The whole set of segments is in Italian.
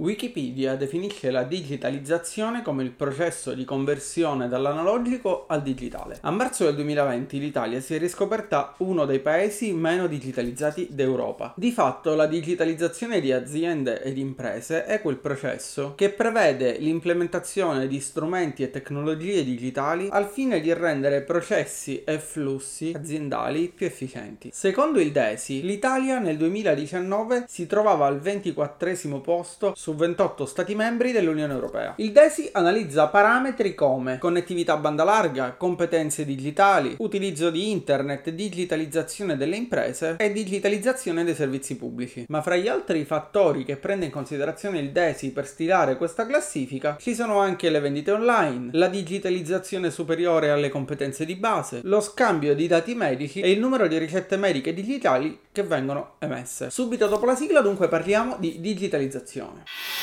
Wikipedia definisce la digitalizzazione come il processo di conversione dall'analogico al digitale. A marzo del 2020 l'Italia si è riscoperta uno dei paesi meno digitalizzati d'Europa. Di fatto la digitalizzazione di aziende ed imprese è quel processo che prevede l'implementazione di strumenti e tecnologie digitali al fine di rendere processi e flussi aziendali più efficienti. Secondo il DESI, l'Italia nel 2019 si trovava al 24° posto su 28 Stati membri dell'Unione Europea. Il DESI analizza parametri come connettività a banda larga, competenze digitali, utilizzo di internet, digitalizzazione delle imprese e digitalizzazione dei servizi pubblici. Ma fra gli altri fattori che prende in considerazione il DESI per stilare questa classifica ci sono anche le vendite online, la digitalizzazione superiore alle competenze di base, lo scambio di dati medici e il numero di ricette mediche digitali che vengono emesse. Subito dopo la sigla dunque parliamo di digitalizzazione.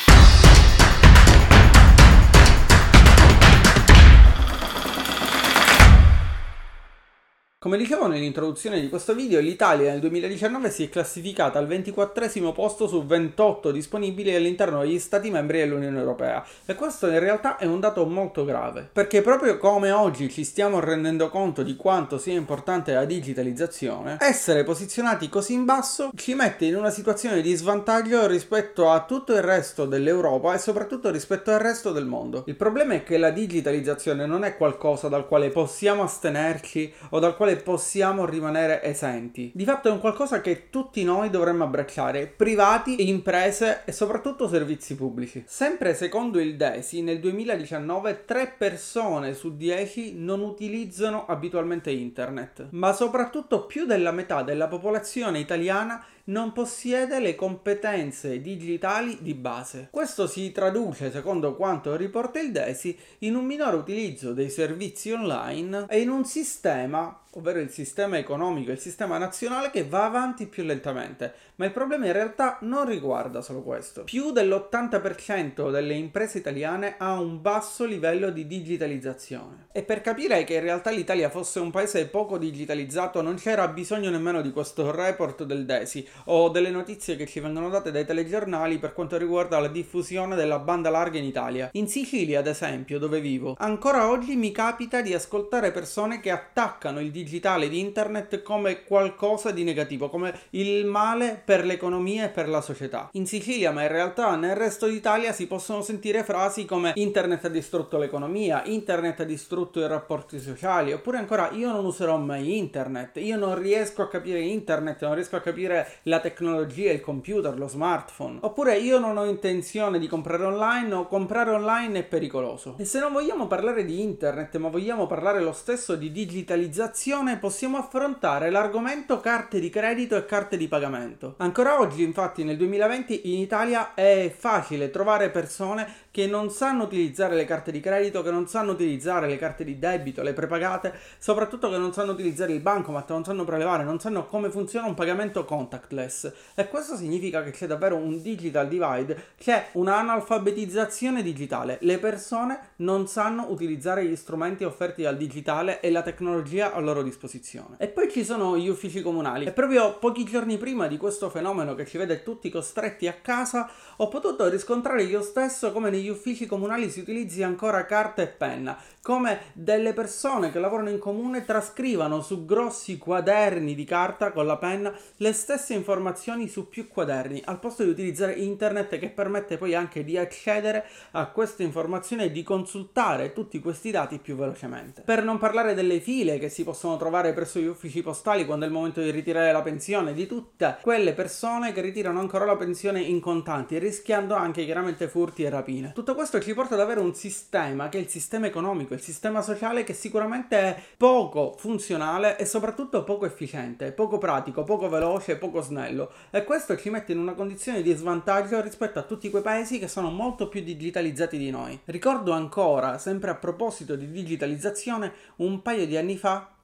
Come dicevo nell'introduzione di questo video, l'Italia nel 2019 si è classificata al 24° posto su 28 disponibili all'interno degli Stati membri dell'Unione Europea e questo in realtà è un dato molto grave, perché proprio come oggi ci stiamo rendendo conto di quanto sia importante la digitalizzazione, essere posizionati così in basso ci mette in una situazione di svantaggio rispetto a tutto il resto dell'Europa e soprattutto rispetto al resto del mondo. Il problema è che la digitalizzazione non è qualcosa dal quale possiamo astenerci o dal quale possiamo rimanere esenti. Di fatto è un qualcosa che tutti noi dovremmo abbracciare, privati, imprese e soprattutto servizi pubblici. Sempre secondo il DESI, nel 2019 3 persone su 10 non utilizzano abitualmente internet, ma soprattutto più della metà della popolazione italiana non possiede le competenze digitali di base. Questo si traduce, secondo quanto riporta il DESI, in un minore utilizzo dei servizi online e in un sistema, ovvero il sistema economico e il sistema nazionale, che va avanti più lentamente. Ma il problema in realtà non riguarda solo questo. Più dell'80% delle imprese italiane ha un basso livello di digitalizzazione. E per capire che in realtà l'Italia fosse un paese poco digitalizzato non c'era bisogno nemmeno di questo report del DESI o delle notizie che ci vengono date dai telegiornali per quanto riguarda la diffusione della banda larga in Italia. In Sicilia, ad esempio, dove vivo, ancora oggi mi capita di ascoltare persone che attaccano il digitale di internet come qualcosa di negativo, come il male per l'economia e per la società. In Sicilia, ma in realtà nel resto d'Italia, si possono sentire frasi come internet ha distrutto l'economia, internet ha distrutto i rapporti sociali, oppure ancora io non userò mai internet, io non riesco a capire internet, non riesco a capire la tecnologia, il computer, lo smartphone, oppure io non ho intenzione di comprare online o comprare online è pericoloso. E se non vogliamo parlare di internet ma vogliamo parlare lo stesso di digitalizzazione, possiamo affrontare l'argomento carte di credito e carte di pagamento. Ancora oggi, infatti, nel 2020 in Italia è facile trovare persone che non sanno utilizzare le carte di credito, che non sanno utilizzare le carte di debito, le prepagate, soprattutto che non sanno utilizzare il bancomat, non sanno prelevare, non sanno come funziona un pagamento contactless. E questo significa che c'è davvero un digital divide, c'è un'analfabetizzazione digitale. Le persone non sanno utilizzare gli strumenti offerti dal digitale e la tecnologia a loro disposizione. E poi ci sono gli uffici comunali. E proprio pochi giorni prima di questo fenomeno che ci vede tutti costretti a casa, ho potuto riscontrare io stesso come negli uffici comunali si utilizzi ancora carta e penna, come delle persone che lavorano in comune trascrivano su grossi quaderni di carta con la penna le stesse informazioni su più quaderni, al posto di utilizzare internet, che permette poi anche di accedere a queste informazioni e di consultare tutti questi dati più velocemente. Per non parlare delle file che si possono trovare presso gli uffici postali quando è il momento di ritirare la pensione, di tutte quelle persone che ritirano ancora la pensione in contanti, rischiando anche chiaramente furti e rapine. Tutto questo ci porta ad avere un sistema che è il sistema economico, il sistema sociale, che sicuramente è poco funzionale e soprattutto poco efficiente, poco pratico, poco veloce, poco snello, e questo ci mette in una condizione di svantaggio rispetto a tutti quei paesi che sono molto più digitalizzati di noi. Ricordo ancora, sempre a proposito di digitalizzazione, un paio di anni fa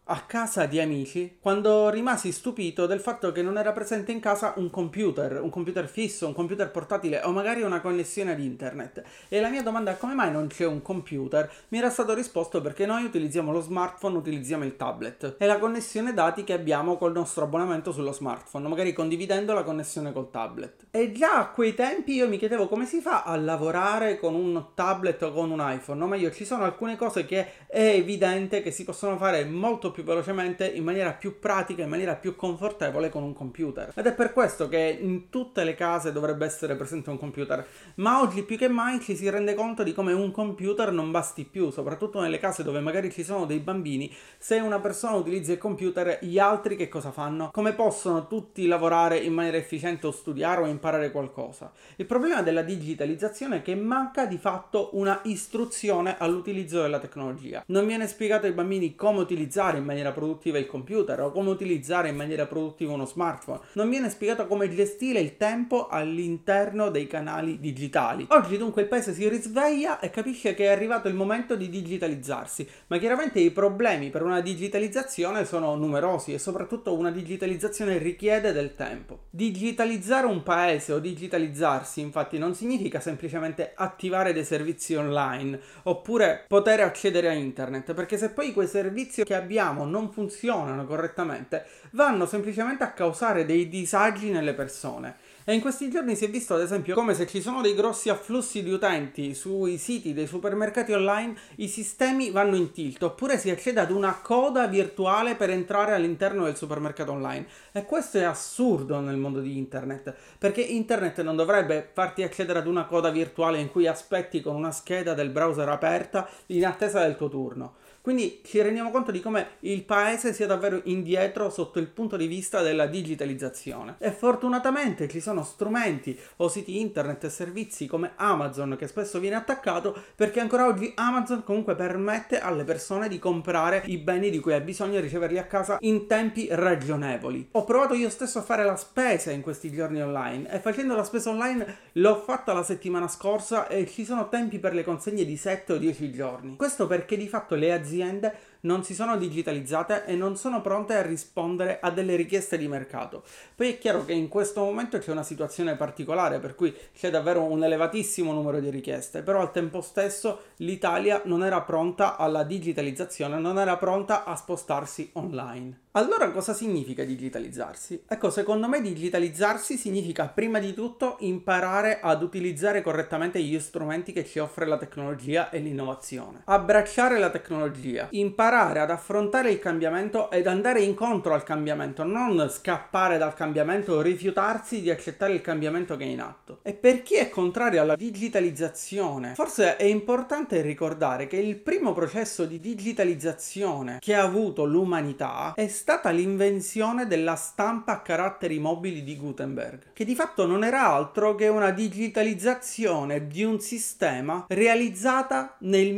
a casa di amici quando rimasi stupito del fatto che non era presente in casa un computer fisso, un computer portatile o magari una connessione ad internet. E la mia domanda come mai non c'è un computer mi era stato risposto perché noi utilizziamo lo smartphone, utilizziamo il tablet e la connessione dati che abbiamo col nostro abbonamento sullo smartphone, magari condividendo la connessione col tablet. E già a quei tempi io mi chiedevo come si fa a lavorare con un tablet o con un iPhone, o meglio, ci sono alcune cose che è evidente che si possono fare molto più velocemente, in maniera più pratica, in maniera più confortevole con un computer. Ed è per questo che in tutte le case dovrebbe essere presente un computer. Ma oggi più che mai ci si rende conto di come un computer non basti più, soprattutto nelle case dove magari ci sono dei bambini. Se una persona utilizza il computer, gli altri che cosa fanno? Come possono tutti lavorare in maniera efficiente o studiare o imparare qualcosa? Il problema della digitalizzazione è che manca di fatto una istruzione all'utilizzo della tecnologia. Non viene spiegato ai bambini come utilizzare in maniera produttiva il computer o come utilizzare in maniera produttiva uno smartphone. Non viene spiegato come gestire il tempo all'interno dei canali digitali. Oggi dunque il paese si risveglia e capisce che è arrivato il momento di digitalizzarsi, ma chiaramente i problemi per una digitalizzazione sono numerosi e soprattutto una digitalizzazione richiede del tempo. Digitalizzare un paese o digitalizzarsi infatti non significa semplicemente attivare dei servizi online oppure poter accedere a internet, perché se poi quei servizi che abbiamo non funzionano correttamente vanno semplicemente a causare dei disagi nelle persone. E in questi giorni si è visto ad esempio come se ci sono dei grossi afflussi di utenti sui siti dei supermercati online, i sistemi vanno in tilt, oppure si accede ad una coda virtuale per entrare all'interno del supermercato online. E questo è assurdo nel mondo di internet, perché internet non dovrebbe farti accedere ad una coda virtuale in cui aspetti con una scheda del browser aperta in attesa del tuo turno. Quindi ci rendiamo conto di come il paese sia davvero indietro sotto il punto di vista della digitalizzazione. E fortunatamente ci sono strumenti o siti internet e servizi come Amazon, che spesso viene attaccato perché ancora oggi Amazon comunque permette alle persone di comprare i beni di cui hai bisogno e riceverli a casa in tempi ragionevoli. Ho provato io stesso a fare la spesa in questi giorni online e facendo la spesa online l'ho fatta la settimana scorsa e ci sono tempi per le consegne di 7 o 10 giorni. Questo perché di fatto le aziende non si sono digitalizzate e non sono pronte a rispondere a delle richieste di mercato. Poi è chiaro che in questo momento c'è una situazione particolare per cui c'è davvero un elevatissimo numero di richieste, però al tempo stesso l'Italia non era pronta alla digitalizzazione, non era pronta a spostarsi online. Allora cosa significa digitalizzarsi? Ecco, secondo me digitalizzarsi significa prima di tutto imparare ad utilizzare correttamente gli strumenti che ci offre la tecnologia e l'innovazione. Abbracciare la tecnologia, imparare ad affrontare il cambiamento ed andare incontro al cambiamento, non scappare dal cambiamento o rifiutarsi di accettare il cambiamento che è in atto. E per chi è contrario alla digitalizzazione, forse è importante ricordare che il primo processo di digitalizzazione che ha avuto l'umanità è stata l'invenzione della stampa a caratteri mobili di Gutenberg, che di fatto non era altro che una digitalizzazione di un sistema realizzata nel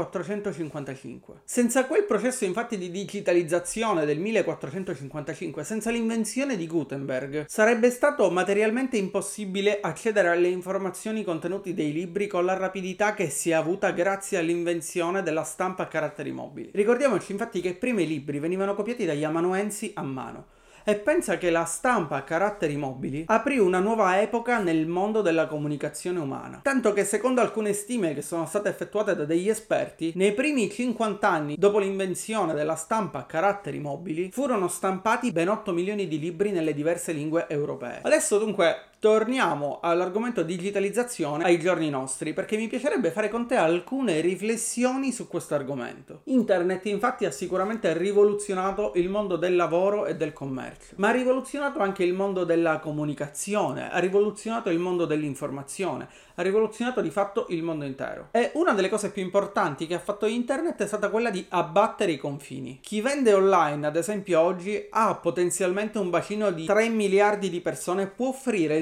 1455. Senza quel processo infatti di digitalizzazione del 1455, senza l'invenzione di Gutenberg, sarebbe stato materialmente impossibile accedere alle informazioni contenute dei libri con la rapidità che si è avuta grazie all'invenzione della stampa a caratteri mobili. Ricordiamoci infatti che prima i libri venivano copiati dagli amanuensi a mano. E pensa che la stampa a caratteri mobili aprì una nuova epoca nel mondo della comunicazione umana. Tanto che secondo alcune stime che sono state effettuate da degli esperti, nei primi 50 anni dopo l'invenzione della stampa a caratteri mobili furono stampati ben 8 milioni di libri nelle diverse lingue europee. Adesso dunque torniamo all'argomento digitalizzazione ai giorni nostri, perché mi piacerebbe fare con te alcune riflessioni su questo argomento. Internet infatti ha sicuramente rivoluzionato il mondo del lavoro e del commercio, ma ha rivoluzionato anche il mondo della comunicazione, ha rivoluzionato il mondo dell'informazione, ha rivoluzionato di fatto il mondo intero. E una delle cose più importanti che ha fatto internet è stata quella di abbattere i confini. Chi vende online, ad esempio oggi, ha potenzialmente un bacino di 3 miliardi di persone, può offrire il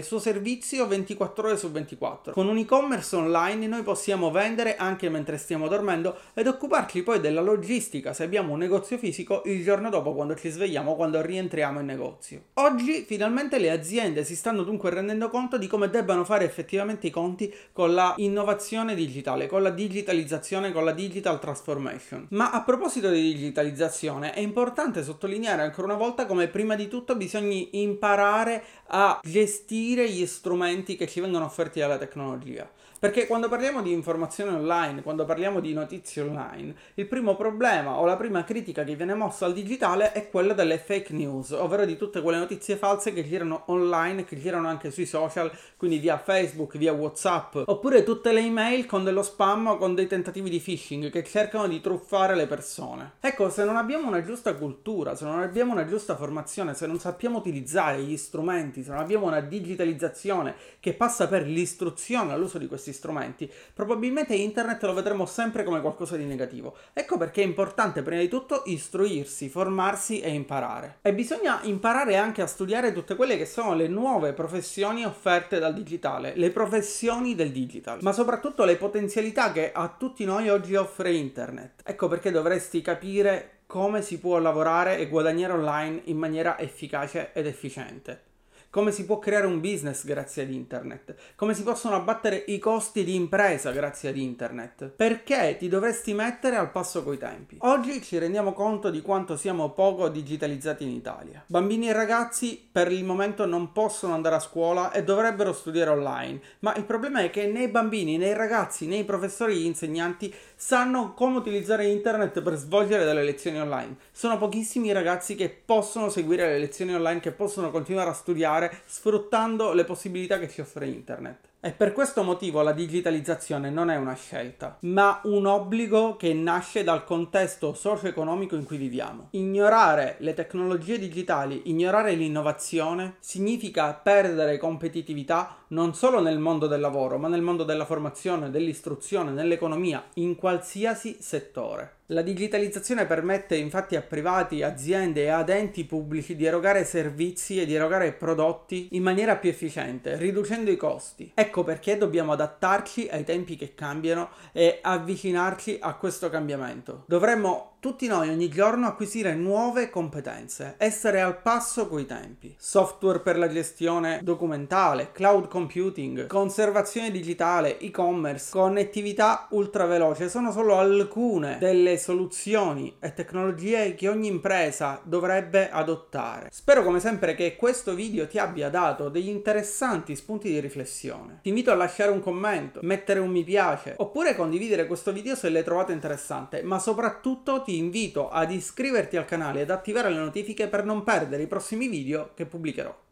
suo servizio 24 ore su 24. Con un e-commerce online noi possiamo vendere anche mentre stiamo dormendo ed occuparci poi della logistica se abbiamo un negozio fisico il giorno dopo quando ci svegliamo, quando rientriamo in negozio. Oggi finalmente le aziende si stanno dunque rendendo conto di come debbano fare effettivamente i conti con la innovazione digitale, con la digitalizzazione, con la digital transformation. Ma a proposito di digitalizzazione è importante sottolineare ancora una volta come prima di tutto bisogna imparare a gestire gli strumenti che ci vengono offerti dalla tecnologia. Perché quando parliamo di informazione online, quando parliamo di notizie online, il primo problema o la prima critica che viene mossa al digitale è quella delle fake news, ovvero di tutte quelle notizie false che girano online, che girano anche sui social, quindi via Facebook, via WhatsApp, oppure tutte le email con dello spam o con dei tentativi di phishing che cercano di truffare le persone. Ecco, se non abbiamo una giusta cultura, se non abbiamo una giusta formazione, se non sappiamo utilizzare gli strumenti, se non abbiamo una digitalizzazione che passa per l'istruzione all'uso di questi strumenti, probabilmente internet lo vedremo sempre come qualcosa di negativo. Ecco perché è importante prima di tutto istruirsi, formarsi e imparare. E bisogna imparare anche a studiare tutte quelle che sono le nuove professioni offerte dal digitale, le professioni del digital, ma soprattutto le potenzialità che a tutti noi oggi offre internet. Ecco perché dovresti capire come si può lavorare e guadagnare online in maniera efficace ed efficiente. Come si può creare un business grazie ad internet, come si possono abbattere i costi di impresa grazie ad internet, perché ti dovresti mettere al passo coi tempi. Oggi ci rendiamo conto di quanto siamo poco digitalizzati in Italia. Bambini e ragazzi per il momento non possono andare a scuola e dovrebbero studiare online, ma il problema è che né i bambini, né i ragazzi, né i professori e gli insegnanti sanno come utilizzare internet per svolgere delle lezioni online. Sono pochissimi i ragazzi che possono seguire le lezioni online, che possono continuare a studiare sfruttando le possibilità che ci offre internet. E per questo motivo la digitalizzazione non è una scelta, ma un obbligo che nasce dal contesto socio-economico in cui viviamo. Ignorare le tecnologie digitali, ignorare l'innovazione, significa perdere competitività non solo nel mondo del lavoro, ma nel mondo della formazione, dell'istruzione, nell'economia, in qualsiasi settore. La digitalizzazione permette infatti a privati, aziende e ad enti pubblici di erogare servizi e di erogare prodotti in maniera più efficiente, riducendo i costi. Ecco perché dobbiamo adattarci ai tempi che cambiano e avvicinarci a questo cambiamento. Dovremmo tutti noi ogni giorno acquisire nuove competenze, essere al passo coi tempi. Software per la gestione documentale, cloud computing, conservazione digitale, e-commerce, connettività ultraveloce sono solo alcune delle soluzioni e tecnologie che ogni impresa dovrebbe adottare. Spero come sempre che questo video ti abbia dato degli interessanti spunti di riflessione. Ti invito a lasciare un commento, mettere un mi piace oppure condividere questo video se l'hai trovato interessante, ma soprattutto ti invito ad iscriverti al canale ed attivare le notifiche per non perdere i prossimi video che pubblicherò.